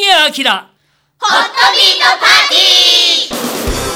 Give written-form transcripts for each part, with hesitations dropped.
宮明ホットビートパーティー。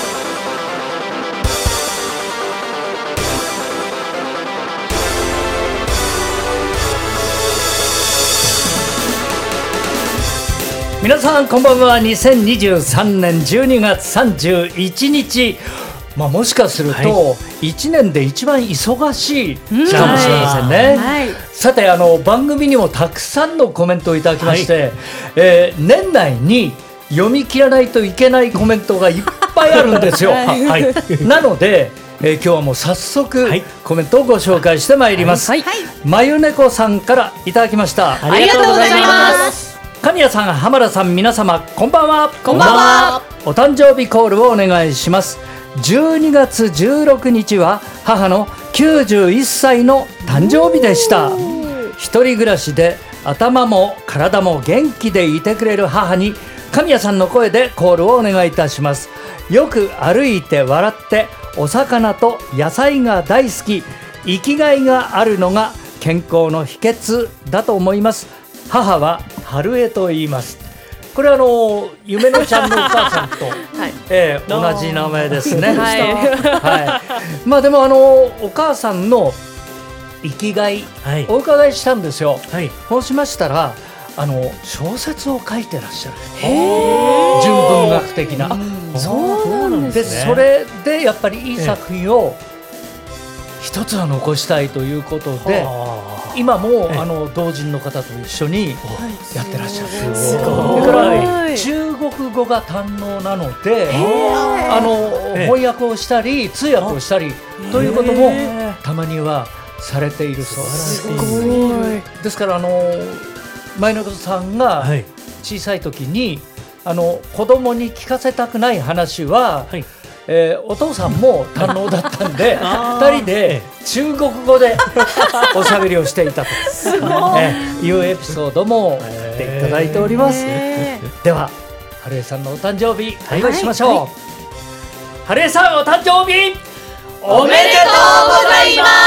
皆さんこんばんは。2023年12月31日、もしかすると1年で一番忙しいかもしれませんね、さて番組にもたくさんのコメントをいただきまして、年内に読み切らないといけないコメントがいっぱいあるんですよ、なので、今日はもう早速、コメントをご紹介してまいります。まゆねこさんからいただきました。 ありがとうございます。 神谷さん、浜田さん、皆様こんばんは。 こんばんは。 お誕生日コールをお願いします。12月16日は母の91歳の誕生日でした。一人暮らしで頭も体も元気でいてくれる母に神谷さんの声でコールをお願いいたします。よく歩いて笑ってお魚と野菜が大好き、生きがいがあるのが健康の秘訣だと思います。母は春江と言います。これ夢のちゃんのお母さんと、同じ名前ですね。でもお母さんの生きがい、お伺いしたんですよ、そうしましたら小説を書いてらっしゃる。純文学的な。そうなんですね。それでやっぱりいい作品を一つは残したいということで、今も同人の方と一緒にやってらっしゃる。それから中国語が堪能なので翻訳をしたり通訳をしたりということもたまにはされているそうです。ですから前野さんが小さい時に子供に聞かせたくない話は、お父さんも堪能だったんで2人で中国語でおしゃべりをしていたというエピソードもいただいております。では春江さんのお誕生日お祝いしましょう。春江さんお誕生日おめでとうございます。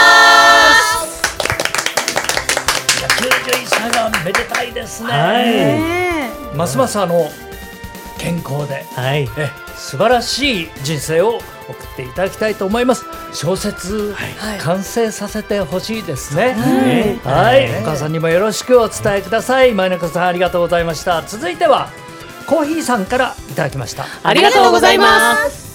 91歳がめでたいですね。ますます健康で、素晴らしい人生を送っていただきたいと思います。小説、完成させてほしいですね。お母さんにもよろしくお伝えください。前中さんありがとうございました。続いてはコーヒーさんからいただきました。 ありがとうございます。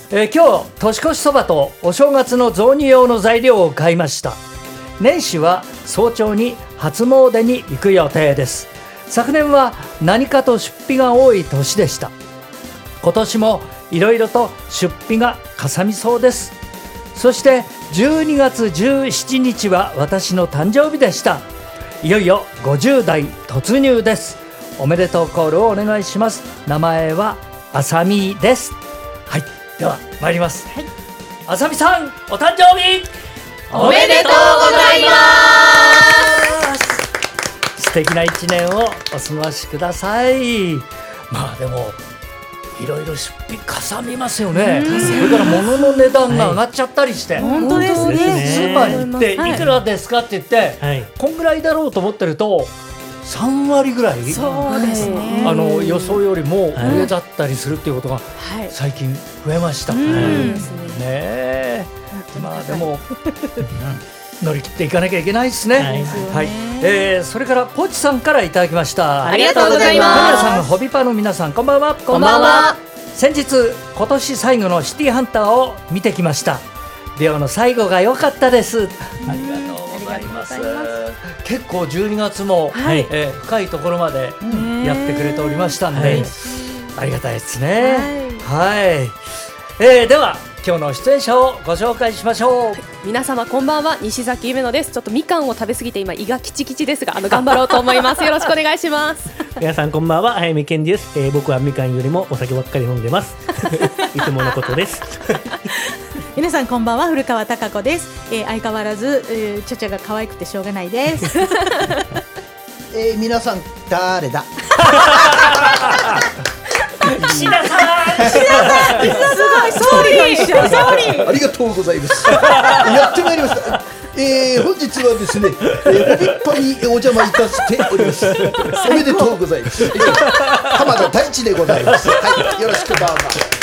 今日年越しそばとお正月の雑煮用の材料を買いました。年始は早朝に初詣に行く予定です。昨年は何かと出費が多い年でした。今年もいろいろと出費がかさみそうです。そして12月17日は私の誕生日でした。いよいよ50代突入です。おめでとうコールをお願いします。名前はあさみです。では参ります。あさみさんお誕生日おめでとうございます。 素敵な一年をお過ごしください。でもいろいろ出費かさみますよね。それから物の値段が上がっちゃったりして、 本当ですね。 スーパーに行っていくらですかって言って、こんぐらいだろうと思ってると3割ぐらい、 そうですね、 予想よりも上だったりするっていうことが最近増えました。でも乗り切っていかなきゃいけないですね。それからポチさんからいただきました。 ありがとうございます。 皆さん、ホビパの皆さんこんばんは。 こんばんは。 先日今年最後のシティハンターを見てきました。リオの最後が良かったです。ありがとうございます。結構12月も、深いところまでやってくれておりましたんで、ありがたいですね。では今日の出演者をご紹介しましょう。 皆様こんばんは、西崎ゆめのです。ちょっとみかんを食べ過ぎて今胃がキチキチですが頑張ろうと思います。よろしくお願いします。 皆さんこんばんは、早見健二です。僕はみかんよりもお酒ばっかり飲んでますいつものことです皆さんこんばんは、古川貴子です。相変わらず、ちょちゃが可愛くてしょうがないです皆さん誰だ岸田さんすごい総理と一緒。 ありがとうございますやってまいりました。本日はですね、ホビッパにお邪魔いたしております。おめでとうございます。 浜田太一でございます。はい、よろしくどうぞ。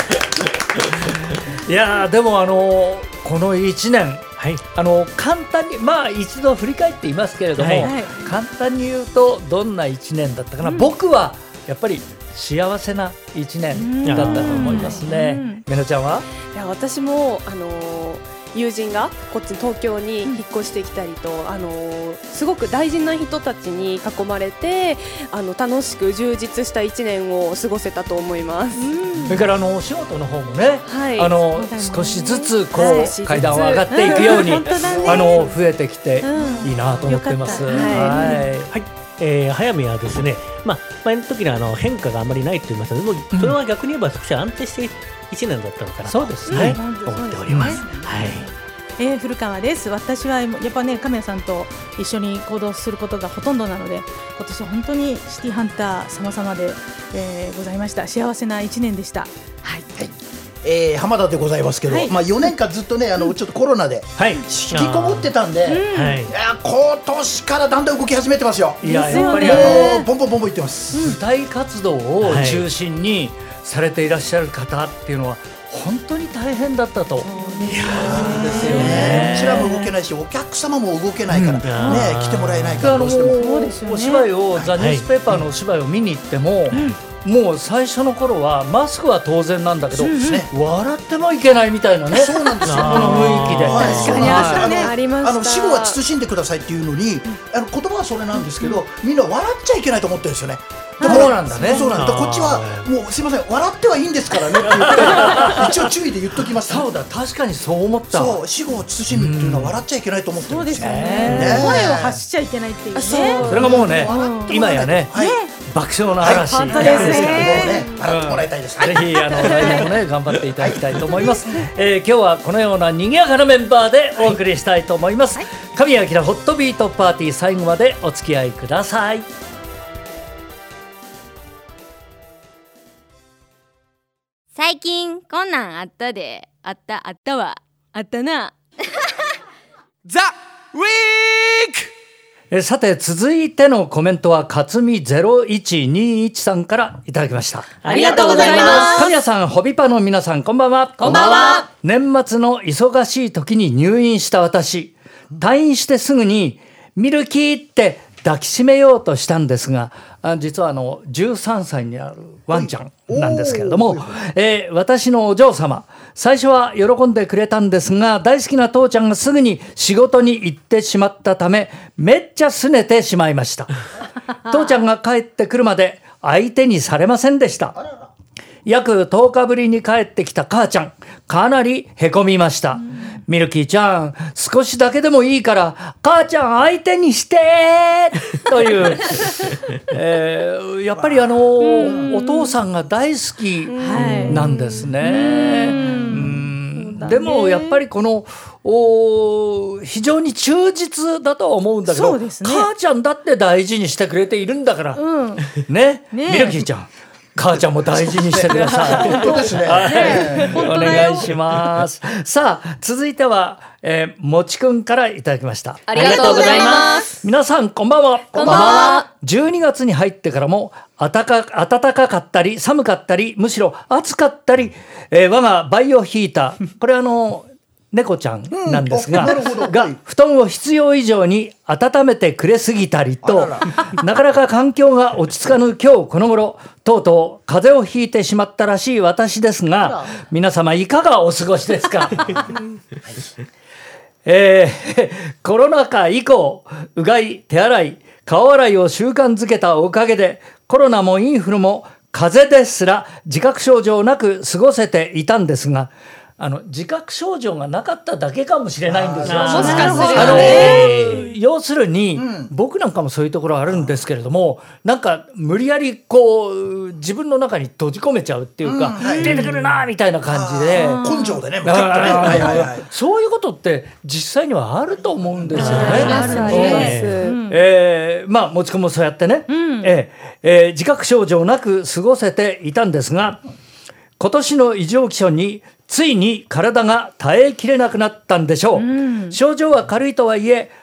いやーでもこの1年、 はい、 簡単に一度振り返って言いますけれども、 はい簡単に言うとどんな1年だったかな、僕はやっぱり幸せな1年だったと思いますね。めのちゃんは？ いや私も友人がこっち東京に引っ越してきたりと、すごく大事な人たちに囲まれて楽しく充実した1年を過ごせたと思います。 それからお仕事の方もね、 はい少しずつはい階段を上がっていくように、 本当だね増えてきていいなと思ってます。 よかったはい早見はですね、前の時の変化があまりないと言いますので、もうそれは逆に言えば少し安定して1年だったのかなと、 そうですね、 はい思っております。 古川です。私はやっぱね、亀谷さんと一緒に行動することがほとんどなので、今年は本当にシティハンター様々で、ございました。幸せな1年でした。はい。 浜田でございますけど、 はい 4年間ずっとねちょっとコロナではい、 引きこもってたんで、 はい、 いや今年からだんだん動き始めてますよ。 いやですよねやっぱりボンボンボンボンいってます。 舞台活動を中心にされていらっしゃる方っていうのは本当に大変だったと。 ですよね。こちらも動けないし、お客様も動けないから、来てもらえないからどうしても。 そうですよねお芝居をザ・ニュースペーパーのお芝居を見に行っても、もう最初の頃はマスクは当然なんだけど、笑ってもいけないみたいなね、 そうなんですよ。 この雰囲気で。 確かにあったね。 ありました。 死後は慎んでくださいっていうのに、言葉はそれなんですけど、みんな笑っちゃいけないと思ってるんですよね。 そうなんだね。 そうなんだ。こっちはもうすいません、笑ってはいいんですからねって言って一応注意で言っときました。 そうだ、確かにそう思った。 そう、死後を慎むっていうのは笑っちゃいけないと思ってるんですよ。 声を発しちゃいけないっていうね。 それがもうね、今やね、爆笑の嵐本当ですね。 笑ってもらいたいです。 ぜひ来年もね頑張っていただきたいと思います。今日はこのような賑やかなメンバーでお送りしたいと思います。神谷明ホットビートパーティー、最後までお付き合いください。 最近こんなんあったで。あったわ。あったな。 ザ・ウィーク。 さて続いてのコメントは勝見0121さんからいただきました。 ありがとうございます。 神谷さん、ホビパの皆さん、こんばんは。 こんばんは。 年末の忙しい時に入院した私、退院してすぐにミルキーって抱きしめようとしたんですが、実は13歳になるワンちゃんなんですけれども、私のお嬢様、最初は喜んでくれたんですが、大好きな父ちゃんがすぐに仕事に行ってしまったため、めっちゃ拗ねてしまいました。父ちゃんが帰ってくるまで相手にされませんでした。約10日ぶりに帰ってきた母ちゃん、かなりへこみました。ミルキーちゃん、少しだけでもいいから母ちゃん相手にしてという、やっぱりお父さんが大好きなんですね。でもやっぱりこの非常に忠実だとは思うんだけど、母ちゃんだって大事にしてくれているんだから、ね、ミルキーちゃん、母ちゃんも大事にしてください。 本当ですね。 お願いします。さあ続いては、もちくんからいただきました。 ありがとうございます。 皆さんこんばんは。 こんばんは。 12月に入ってからも暖かかったり寒かったり、むしろ暑かったり、我がバイオヒーター、これ猫ちゃんなんですが、布団を必要以上に温めてくれすぎたりと、なかなか環境が落ち着かぬ今日この頃、とうとう風邪をひいてしまったらしい私ですが、皆様いかがお過ごしですか？コロナ禍以降、うがい、手洗い、顔洗いを習慣づけたおかげで、コロナもインフルも風邪ですら自覚症状なく過ごせていたんですが、自覚症状がなかっただけかもしれないんですよ。 もしかすると要するに、僕なんかもそういうところあるんですけれども、なんか無理やり自分の中に閉じ込めちゃうっていうか、出てくるなみたいな感じで、 根性でね、 そういうことって実際にはあると思うんですよね。もちろんもそうやってね、自覚症状なく過ごせていたんですが、今年の異常気象についに体が耐えきれなくなったんでしょう。症状は軽いとはいえ、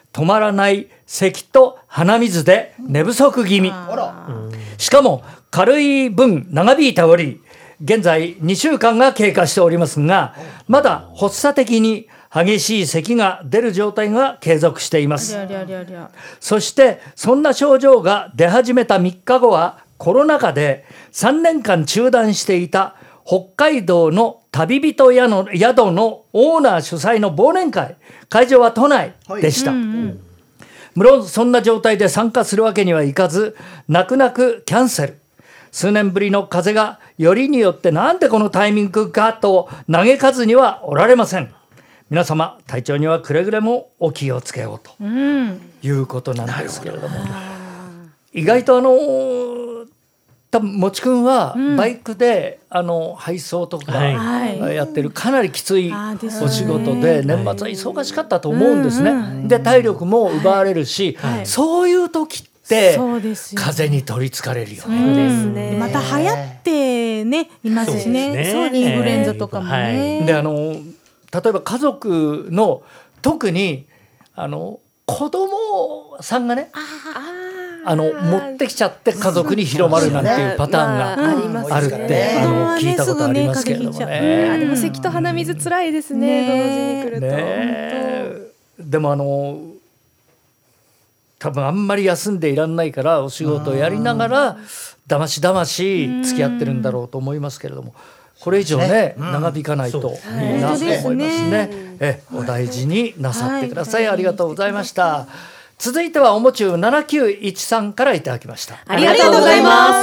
止まらない咳と鼻水で寝不足気味。しかも軽い分長引いており、現在2週間が経過しておりますが、まだ発作的に激しい咳が出る状態が継続しています。そしてそんな症状が出始めた3日後はコロナ禍で3年間中断していた北海道の旅人宿のオーナー主催の忘年会、会場は都内でした。無論そんな状態で参加するわけにはいかず、泣く泣くキャンセル。数年ぶりの風邪がよりによってなんでこのタイミングかと嘆かずにはおられません。皆様体調にはくれぐれもお気をつけようということなんですけれども、意外と多分もちくんはバイクで、配送とかやってるかなりきついお仕事で、年末は忙しかったと思うんですね。で体力も奪われるし、そういう時って風邪に取りつかれるよね。 また流行ってねいますしね、インフルエンザとかもね。 で例えば家族の特に子供さんがね持ってきちゃって家族に広まるなんていうパターンがあるって聞いたことありますけれどもね。 でも咳と鼻水つらいですね、同時に来ると。 でも多分あんまり休んでいらんないからお仕事をやりながらだましだまし付き合ってるんだろうと思いますけれども、これ以上ね長引かないといいなと思いますね。お大事になさってください。ありがとうございました。続いてはおもちゅう7913からいただきました。 ありがとうございます。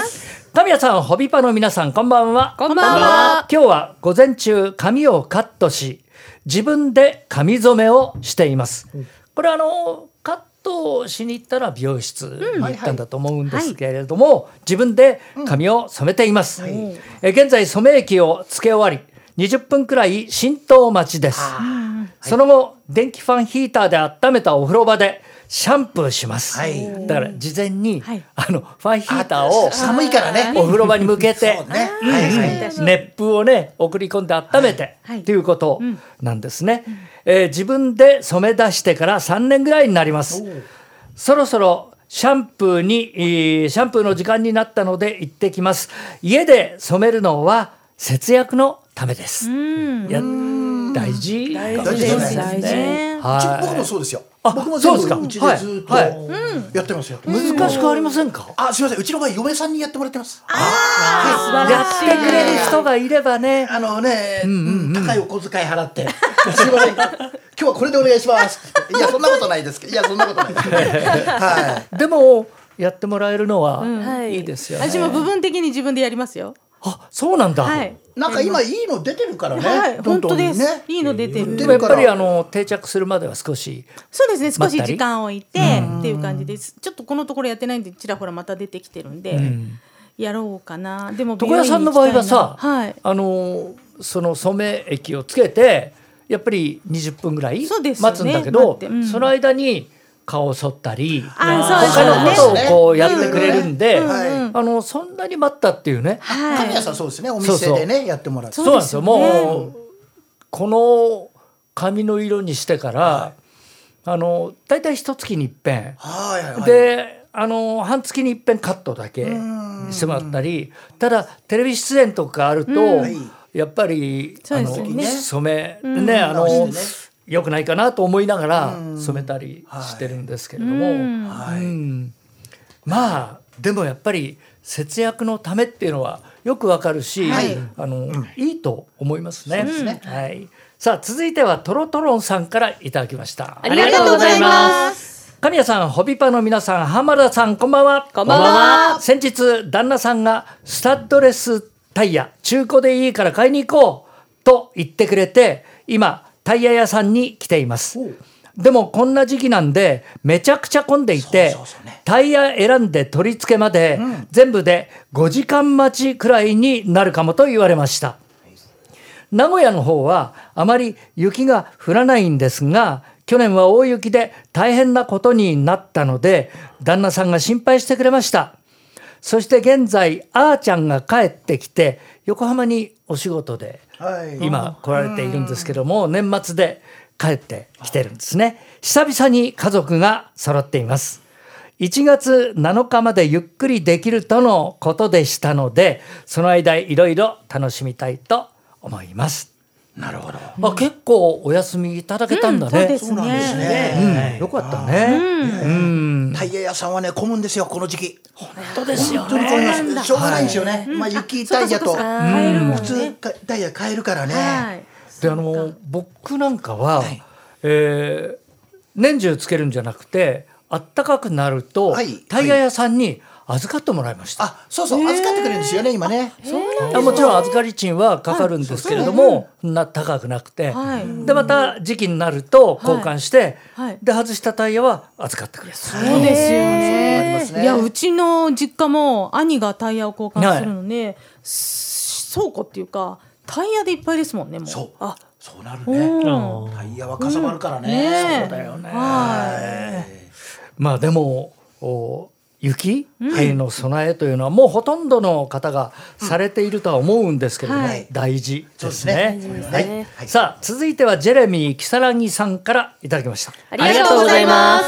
神谷さん、ホビパの皆さん、こんばんは。 こんばんは。 今日は午前中髪をカットし、自分で髪染めをしています。これカットしに行ったら美容室に行ったんだと思うんですけれども、自分で髪を染めています。現在染め液をつけ終わり、20分くらい浸透待ちです。その後電気ファンヒーターで温めたお風呂場でシャンプーします。だから事前に、ファンヒーターを寒いからねお風呂場に向けて熱風をね送り込んで温めてっていうことなんですね。自分で染め出してから3年ぐらいになります。そろそろシャンプーの時間になったので行ってきます。家で染めるのは節約のためです。大事ですね。 僕もそうですよ。僕もそうですか。 うちでずっとやってます。 難しくありませんか？ すみません、うちの場合嫁さんにやってもらってます。 やってくれる人がいればね、 高いお小遣い払ってすみません、今日はこれでお願いします。いやそんなことないですけど、そんなことないです。 でもやってもらえるのはいいですよね。 私も部分的に自分でやりますよ。 そうなんだ。 なんか今いいの出てるからね。 本当です。いいの出てる。 でもやっぱり定着するまでは少し。 そうですね。少し時間を置いてっていう感じです。ちょっとこのところやってないんでちらほらまた出てきてるんでやろうかな。でも床屋さんの場合はさ、その染め液をつけてやっぱり20分ぐらい待つんだけど、その間に顔を剃ったり他のことをこうやってくれるんで、そんなに待ったっていうね。 神谷さんそうですね、お店でねやってもらって。 そうなんですよ。もうこの髪の色にしてからだいたい1月に一遍で半月に一遍カットだけしてもらったり、ただテレビ出演とかあるとやっぱり染めね良くないかなと思いながら染めたりしてるんですけれども、まあでもやっぱり節約のためっていうのはよくわかるし、いいと思いますね。さあ続いてはトロトロンさんからいただきました。 ありがとうございます。 神谷さん、ホビパの皆さん、浜田さん、こんばんは。 こんばんは。 先日旦那さんがスタッドレスタイヤ中古でいいから買いに行こうと言ってくれて、今タイヤ屋さんに来ています。でもこんな時期なんでめちゃくちゃ混んでいて、タイヤ選んで取り付けまで全部で5時間待ちくらいになるかもと言われました。名古屋の方はあまり雪が降らないんですが、去年は大雪で大変なことになったので旦那さんが心配してくれました。そして現在あーちゃんが帰ってきて横浜にお仕事で今来られているんですけども、年末で帰ってきてるんですね。久々に家族が揃っています。1月7日までゆっくりできるとのことでしたので、その間いろいろ楽しみたいと思います。 なるほど。 結構お休みいただけたんだね。 そうなんですね。 よかったね。 タイヤ屋さんはね混むんですよこの時期。 本当ですよね。 本当に混みます。しょうがないんですよね。雪タイヤと普通タイヤ買えるからね。 で僕なんかは、年中つけるんじゃなくて、あったかくなると、タイヤ屋さんに預かってもらいました。 そうそう、預かってくれるんですよね今ね。 もちろん預かり賃はかかるんですけれども、そんな高くなくて、でまた時期になると交換して、で外したタイヤは預かってくれる。 そうですよね。いや、うちの実家も兄がタイヤを交換するので、倉庫っていうかタイヤでいっぱいですもんね。もうそうなるね。タイヤはかさばるからね。 そうだよね。まあでも雪への備えというのはもうほとんどの方がされているとは思うんですけれども、大事ですね。さあ続いてはジェレミー木更木さんからいただきました。 ありがとうございます。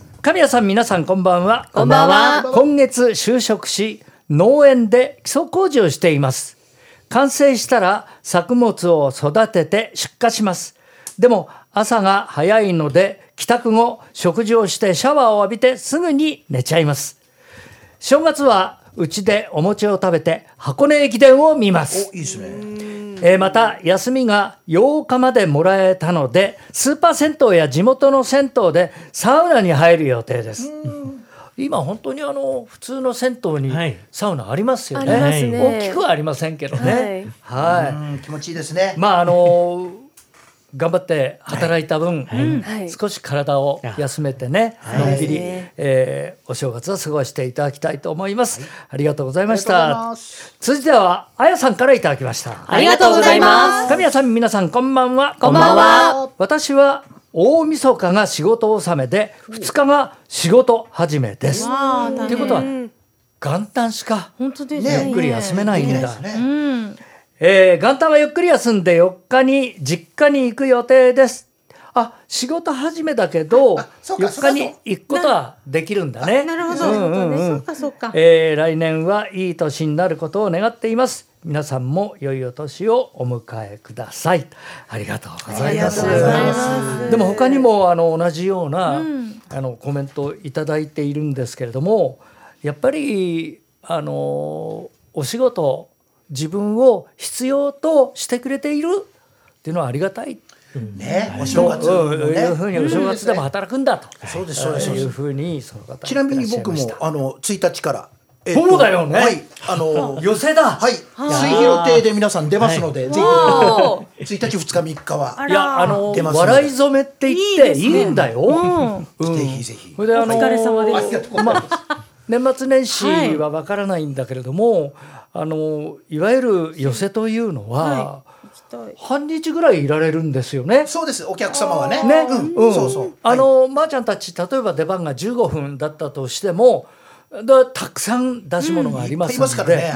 神谷さん、皆さんこんばんは。 こんばんは。 今月就職し農園で基礎工事をしています。完成したら作物を育てて出荷します。でも朝が早いので帰宅後食事をしてシャワーを浴びてすぐに寝ちゃいます。正月はうちでお餅を食べて箱根駅伝を見ます。 いいですね。 また休みが8日までもらえたのでスーパー銭湯や地元の銭湯でサウナに入る予定です。今本当に普通の銭湯にサウナありますよね。大きくはありませんけどね。 気持ちいいですね。 頑張って働いた分、少し体を休めてね、のんびり、お正月を過ごしていただきたいと思います。ありがとうございました。続いてはあやさんからいただきました。 ありがとうございます。 神谷さん、皆さんこんばんは。 こんばんは。 私は大晦日が仕事納めで2日が仕事始めです。ということは元旦しかゆっくり休めないんだ。元旦はゆっくり休んで4日に実家に行く予定です。仕事始めだけど4日に行くことはできるんだね。 なるほど。そうか。 来年はいい年になることを願っています。皆さんも良いお年をお迎えください。ありがとうございます。でも他にも同じような、コメントをいただいているんですけれども、やっぱりお仕事自分を必要としてくれているっていうのはありがたい。 お正月のね、 いうふうにお正月でも働くんだと。 そうですそうです。 いうふうにその方。 ちなみに僕も1日から。 そうだよね。寄せだ。 水広亭で皆さん出ますので、ぜひ1日2日3日は出ますので。 笑い初めって言っていいんだよ。 ぜひぜひ。 お疲れ様です。 年末年始はわからないんだけれども、いわゆる寄せというのは半日ぐらいいられるんですよね。 そうです、お客様はね。 そうそう。まーちゃんたち例えば出番が15分だったとしても。たくさん出し物がありますので、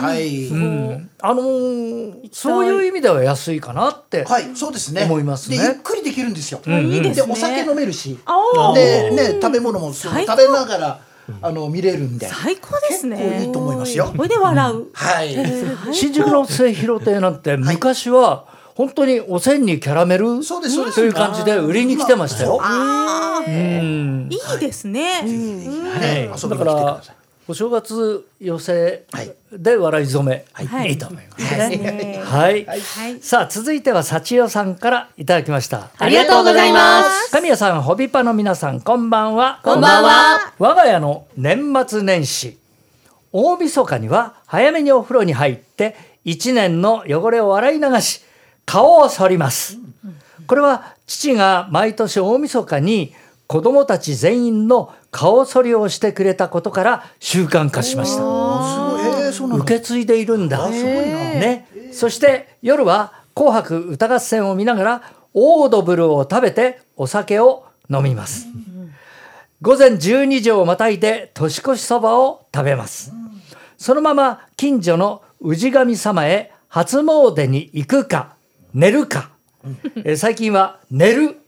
そういう意味では安いかなって思いますね。 ゆっくりできるんですよ。でお酒飲めるし、で食べ物も食べながら見れるんで最高ですね。 結構いいと思いますよ。 これで笑う。 新宿の末広亭なんて昔は本当におせんにキャラメルという感じで売りに来てましたよ。 いいですね。 だからお正月寄せで笑い初め、いいと思いますね。さあ続いては幸代さんからいただきました。 ありがとうございます。 神谷さん、ホビパの皆さんこんばんは。 こんばんは。 我が家の年末年始大晦日には早めにお風呂に入って1年の汚れを洗い流し顔を剃ります。これは父が毎年大晦日に子供たち全員の顔剃りをしてくれたことから習慣化しました。受け継いでいるんだ。ね。そして夜は紅白歌合戦を見ながらオードブルを食べてお酒を飲みます。午前12時をまたいで年越しそばを食べます。そのまま近所の氏神様へ初詣に行くか寝るか、最近は寝る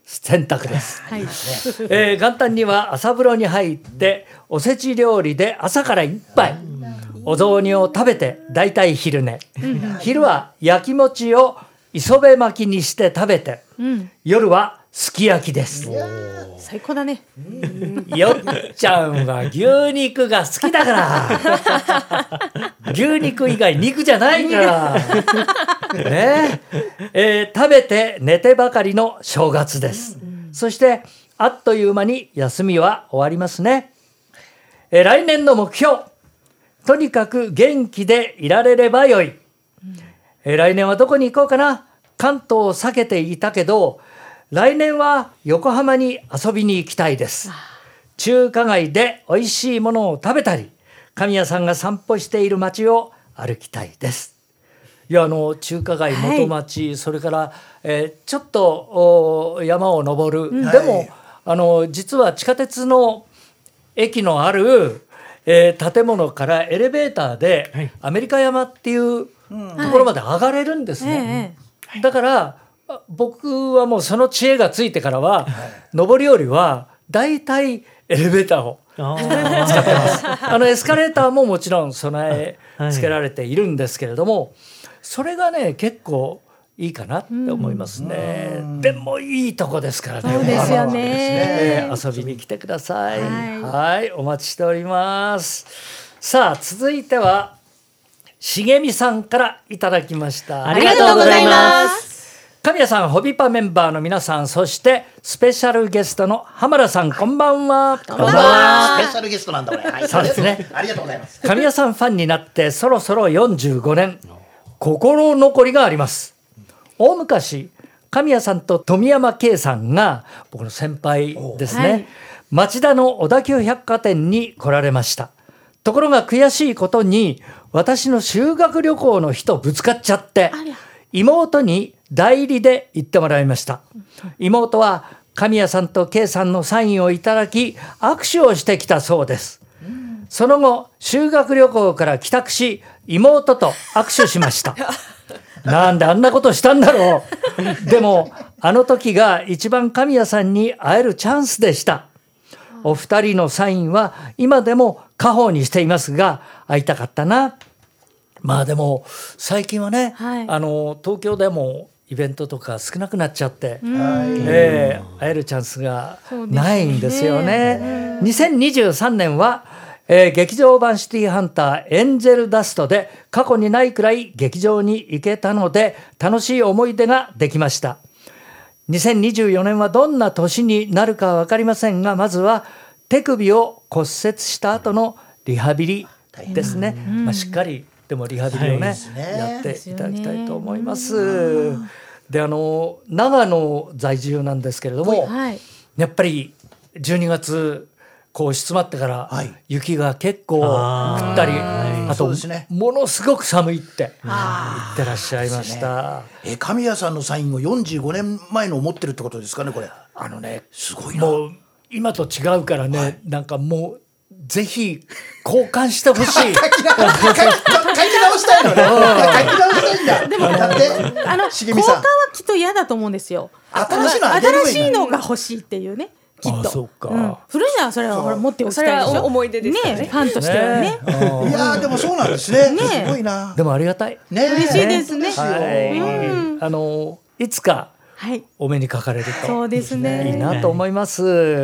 選択です、 はい。 元旦には朝風呂に入っておせち料理で朝から一杯お雑煮を食べてだいたい昼寝、昼は焼き餅を磯辺巻きにして食べて、夜はすき焼きです。 最高だね。 よっちゃんは牛肉が好きだから牛肉以外肉じゃないからね、食べて寝てばかりの正月です、そしてあっという間に休みは終わりますね。来年の目標、とにかく元気でいられればよい。来年はどこに行こうかな。関東を避けていたけど来年は横浜に遊びに行きたいです。中華街で美味しいものを食べたり、神谷さんが散歩している街を歩きたいです。いや中華街元町、それから、ちょっと山を登る、でも実は地下鉄の駅のある、建物からエレベーターで、アメリカ山っていうところまで上がれるんですね、だから僕はもうその知恵がついてからは、上り下りはだいたいエレベーターを使ってます。エスカレーターももちろん備え付けられているんですけれども、それがね結構いいかなって思いますね。でもいいとこですからね。 そうですよね。 遊びに来てください。はい、お待ちしております。さあ続いては茂美さんからいただきました。 ありがとうございます。 神谷さん、ホビパメンバーの皆さん、そしてスペシャルゲストの浜田さん、こんばんは。 こんばんは。スペシャルゲストなんだ俺。はい、 そうですね。 ありがとうございます。 神谷さんファンになってそろそろ45年、心残りがあります。大昔、神谷さんと富山圭さんが僕の先輩ですね、町田の小田急百貨店に来られました。ところが悔しいことに私の修学旅行の日とぶつかっちゃって、妹に代理で行ってもらいました。妹は神谷さんと圭さんのサインをいただき握手をしてきたそうです。その後修学旅行から帰宅し妹と握手しましたなんであんなことしたんだろうでもあの時が一番神谷さんに会えるチャンスでした。お二人のサインは今でも家宝にしていますが会いたかったな。まあでも最近はね、東京でもイベントとか少なくなっちゃって、会えるチャンスがないんですよね。2023年は、劇場版シティハンターエンジェルダストで過去にないくらい劇場に行けたので楽しい思い出ができました。2024年はどんな年になるか分かりませんが、まずは手首を骨折した後のリハビリですね、しっかりでもリハビリをね、やっていただきたいと思います。で長野在住なんですけれども、やっぱり12月こう静まってから雪が結構降ったり、あとものすごく寒いって言ってらっしゃいました。 神谷さんのサインを45年前のを持ってるってことですかね。これすごいな。 もう今と違うからね、なんかもうぜひ交換してほしい書き直したいのね。書き直したいんだ。でもだって交換はきっと嫌だと思うんですよ。新しいのが欲しいっていうね、きっと。 そうか、 古いのはそれは持っておきたいでしょ。 思い出ですからね、 ファンとしてはね。 いやでもそうなんですね。すごいな。 でもありがたい。 嬉しいですね。 いつかお目にかかれるといいなと思います。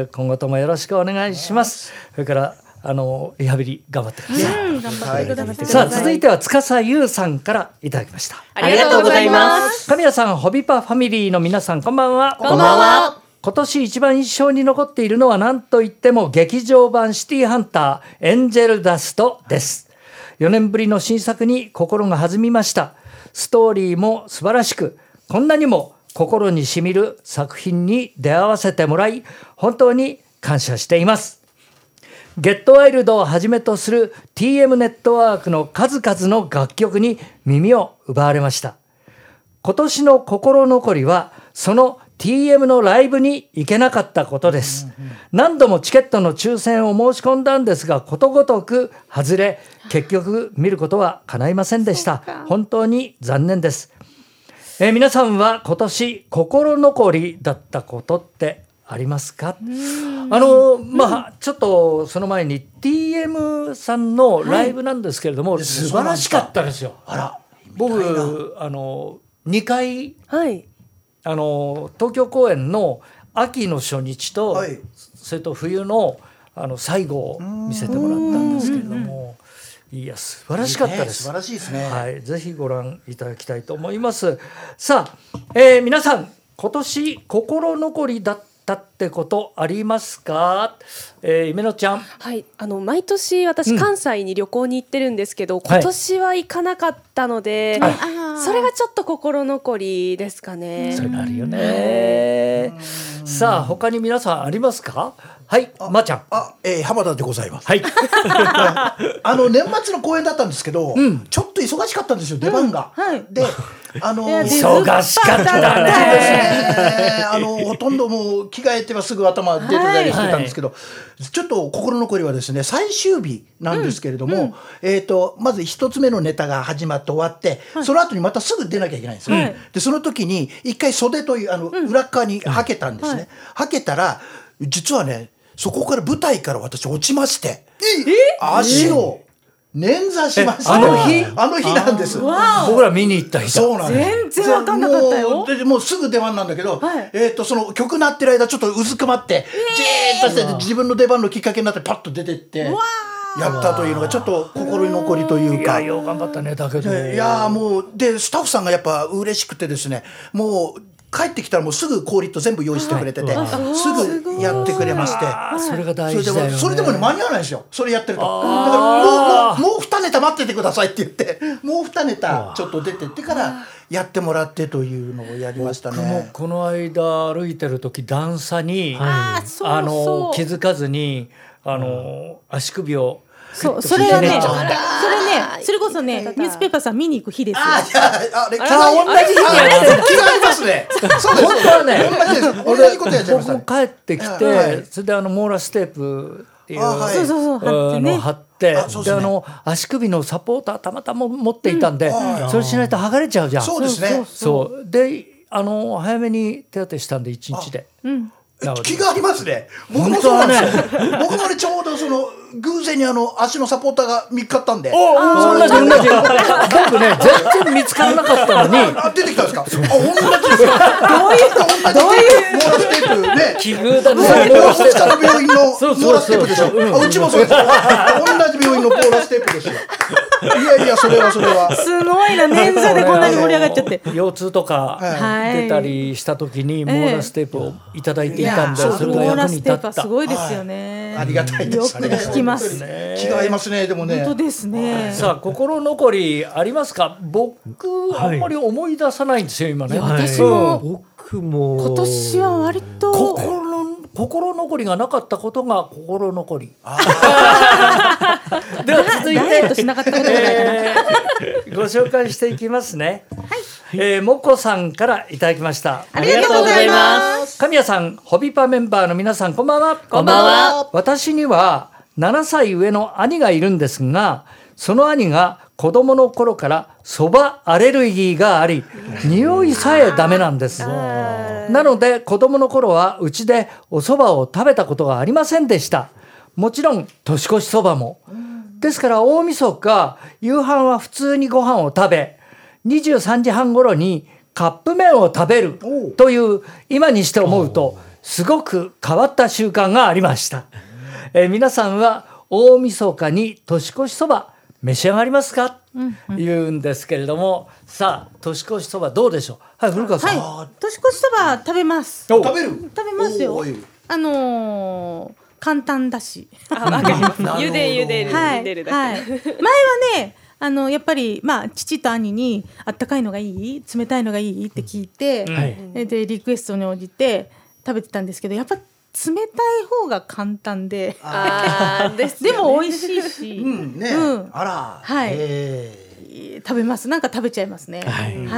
今後ともよろしくお願いします。それからリハビリ頑張ってください。さあ続いては司優さんからいただきました。 ありがとうございます。 神谷さん、ホビパファミリーの皆さん、こんばんは。 こんばんは。 今年一番印象に残っているのは何といっても劇場版シティハンターエンジェルダストです。4年ぶりの新作に心が弾みました。ストーリーも素晴らしく、こんなにも心にしみる作品に出会わせてもらい本当に感謝しています。ゲットワイルドをはじめとする TM ネットワークの数々の楽曲に耳を奪われました。今年の心残りはその TM のライブに行けなかったことです。何度もチケットの抽選を申し込んだんですがことごとく外れ、結局見ることは叶いませんでした。本当に残念です。 皆さんは今年心残りだったことってありますか？ちょっとその前に TM さんのライブなんですけれども、素晴らしかったですよ。僕2回、東京公演の秋の初日と、それと冬の最後を見せてもらったんですけれども、いや素晴らしかったです。 素晴らしいですね。 ぜひご覧いただきたいと思います。さあ、皆さん今年心残りだったってことありますか？夢乃ちゃん。 毎年私関西に旅行に行ってるんですけど、今年は行かなかったので、それがちょっと心残りですかね。 それあるよね。さあ他に皆さんありますか？まーちゃん。 浜田でございます。 年末の公演だったんですけど、ちょっと忙しかったんですよ、出番が。で、 忙しかったね。 ほとんどもう着替えてはすぐ頭出てたりしてたんですけど、ちょっと心残りはですね、最終日なんですけれども、まず一つ目のネタが始まって終わって、その後にまたすぐ出なきゃいけないんですよ。でその時に一回袖という裏側にはけたんですね。はけたら実はね、そこから舞台から私落ちまして、足を捻挫しました。 あの日なんです。 僕ら見に行った日だ。 そうなんです。 全然分かんなかったよ。 もうすぐ出番なんだけど、その曲鳴ってる間ちょっとうずくまってじーっとして自分の出番のきっかけになってパッと出てってやったというのがちょっと心に残りというか。 いやよう頑張ったね。だけどもうでスタッフさんがやっぱ嬉しくてですね、もう帰ってきたらもうすぐ氷と全部用意してくれてて、すぐやってくれまして、 それが大事だよね。 それでもね間に合わないんですよ、それやってると。だからもう2ネタ待っててくださいって言って、もう2ネタちょっと出てってからやってもらってというのをやりましたね。 僕もこの間歩いてる時段差に気づかずに足首をそれはね、それこそね、ニュースペーパーさん見に行く日ですよ。 同じ日にやってる気がありますね。そうです。 本当はね、 同じことやっちゃいましたね。 僕も帰ってきて、それでモーラステープっていうのを貼って、で足首のサポーターたまたま持っていたんで、それしないと剥がれちゃうじゃん。 そうですね。 そうで早めに手当てしたんで1日で。 気がありますね。僕もそうなんですよ。僕もねちょうど偶然に足のサポーターが見つかったんで。 同じ。僕ね全然見つからなかったのに。 出てきたんですか。同じです。どういうモーラステープね。 奇遇だね。 私から病院のモーラステープでしょ。うちもそうです。同じ病院のモーラステープですよ。いやそれはすごいな、捻挫でこんなに盛り上がっちゃって。 腰痛とか出たりした時にモーラステープをいただいていたんで、それが役に立った。 すごいですよね。 ありがたいです。 よく聞きます。 気が合いますね。でもね。 本当ですね。 さあ心残りありますか？僕あんまり思い出さないんですよ今ね。 私も僕も今年は割と心残りがなかったことが心残り。では続いダイエットしなかったことがないかな。 ご紹介していきますね。もこさんからいただきました。 ありがとうございます。 神谷さん、ホビパメンバーの皆さん、こんばんは。 こんばんは。 私には7歳上の兄がいるんですが、その兄が子供の頃からそばアレルギーがあり、匂いさえダメなんです。なので子供の頃はうちでお蕎麦を食べたことがありませんでした。もちろん年越しそばも。ですから大晦日夕飯は普通にご飯を食べ、23時半頃にカップ麺を食べるという今にして思うとすごく変わった習慣がありました。皆さんは大晦日に年越しそば召し上がりますか、言うんですけれども、さあ年越しそばどうでしょう。はい、古川さん。 年越しそば食べます。 食べますよ。簡単だし。 茹でるだけ。 前はね、やっぱり父と兄にあったかいのがいい、冷たいのがいいって聞いて、でリクエストに応じて食べてたんですけど、やっぱ冷たい方が簡単で、でも美味しいし、 あら、 食べます。なんか食べちゃいますね。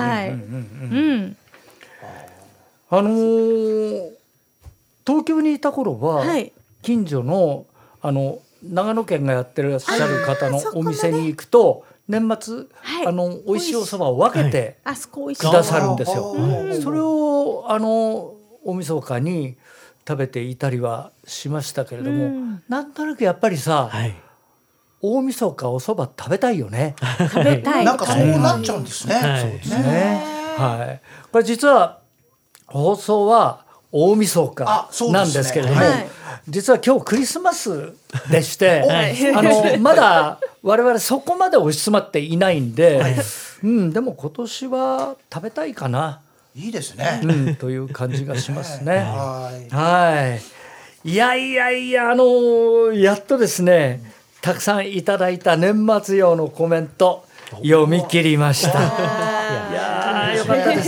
東京にいた頃は、近所の長野県がやってらっしゃる方のお店に行くと、 年末、 はい美味しいお蕎麦を分けてあそこ美味しいくださるんですよ。 はいそれを大晦日に食べていたりはしましたけれども、なんとなくやっぱりさ、 はい大晦日お蕎麦食べたいよね。 食べたい。 なんかそうなっちゃうんですね。 はいそうですね、はい。これ実は放送は大晦日あそうですねなんですけれども、 はい実は今日クリスマスでして、 はいまだ我々そこまで押し詰まっていないんで、でも今年は食べたいかな、 いいですね。 という感じがしますね。 はい。 はい。いややっとですね、たくさんいただいた年末用のコメント読み切りました。いやーよかったです。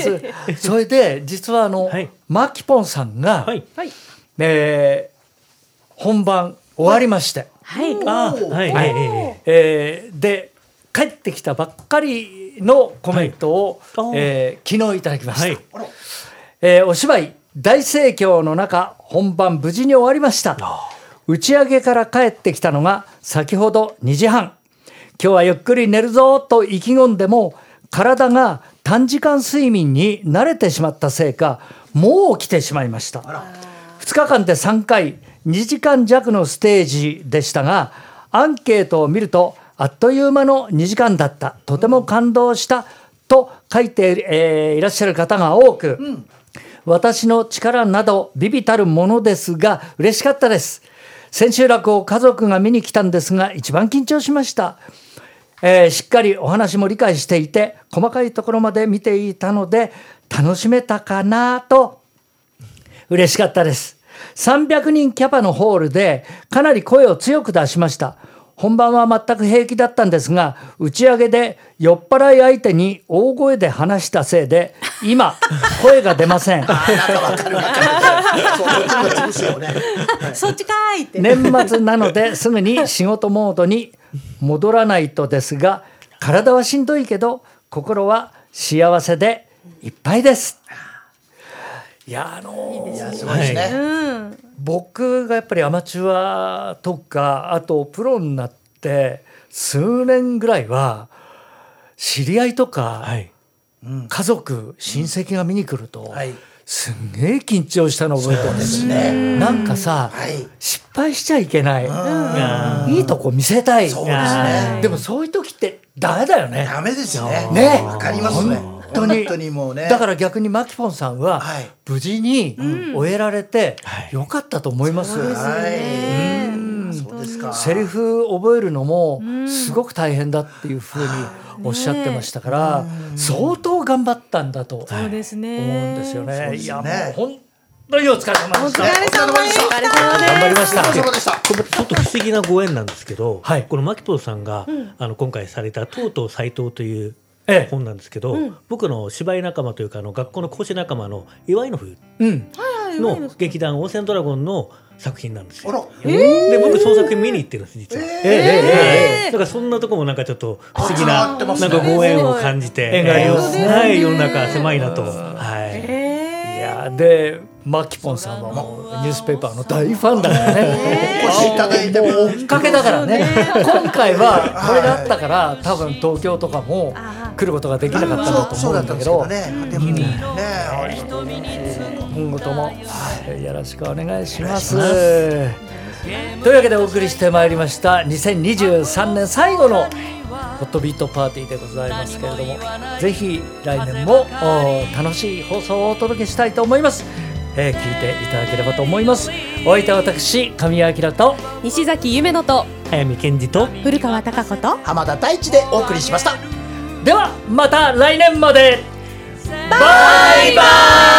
それで実ははいマキポンさんが、 はい本番終わりまして、 はい。 はいで帰ってきたばっかりのコメントを、昨日いただきました。お芝居大盛況の中本番無事に終わりました。打ち上げから帰ってきたのが先ほど2時半。今日はゆっくり寝るぞと意気込んでも体が短時間睡眠に慣れてしまったせいかもう起きてしまいました。2日間で3回2時間弱のステージでしたが、アンケートを見るとあっという間の2時間だった、とても感動したと書いて、いらっしゃる方が多く、私の力など微々たるものですが嬉しかったです。千秋楽を家族が見に来たんですが一番緊張しました。しっかりお話も理解していて細かいところまで見ていたので楽しめたかなと嬉しかったです。300人キャパのホールでかなり声を強く出しました。本番は全く平気だったんですが打ち上げで酔っ払い相手に大声で話したせいで今声が出ません。 なんかわかるわかる。 そっちかーいって年末なのですぐに仕事モードに戻らないとですが、体はしんどいけど心は幸せでいっぱいです。いやすごいですね。 僕がやっぱりアマチュアとかあとプロになって数年ぐらいは知り合いとか家族親戚が見に来るとすんげえ緊張したのを覚えてるんですね。なんかさ、失敗しちゃいけない、いいとこ見せたい。 そうですね。 でもそういう時ってダメだよね。 ダメですよね。 ね、 わかりますね。本当にもうね。 だから逆にマキポンさんは無事に終えられてよかったと思います。 そうですか。 セリフ覚えるのもすごく大変だっていうふうにおっしゃってましたから、相当頑張ったんだと思うんですよね。いやもう本当にお疲れ様でした。 お疲れ様でした。 頑張りました。 お疲れ様でした。 ちょっと不思議なご縁なんですけど、 はいこのマキポンさんが、今回されたとうとう斎藤という本なんですけど、僕の芝居仲間というか学校の講師仲間の祝いの冬の劇団オーセンドラゴンの作品なんですよ。で僕その作品見に行ってるんです実は。だからそんなとこもなんかちょっと不思議ななんかご縁を感じて、世の中狭いなと。 いやでマキポンさんはもうニュースペーパーの大ファンだからね。 お越しいただいても追っかけだからね。今回はこれがあったから多分東京とかも来ることができなかったんだと思うんだけど、今後ともよろしくお願いします。というわけでお送りしてまいりました2023年最後のホットビートパーティーでございますけれども、ぜひ来年も楽しい放送をお届けしたいと思います。聞いていただければと思います。お相手は私神谷明と西崎夢乃と早見健二と古川貴子と浜田大地でお送りしました。 ではまた来年まで。バイバイ。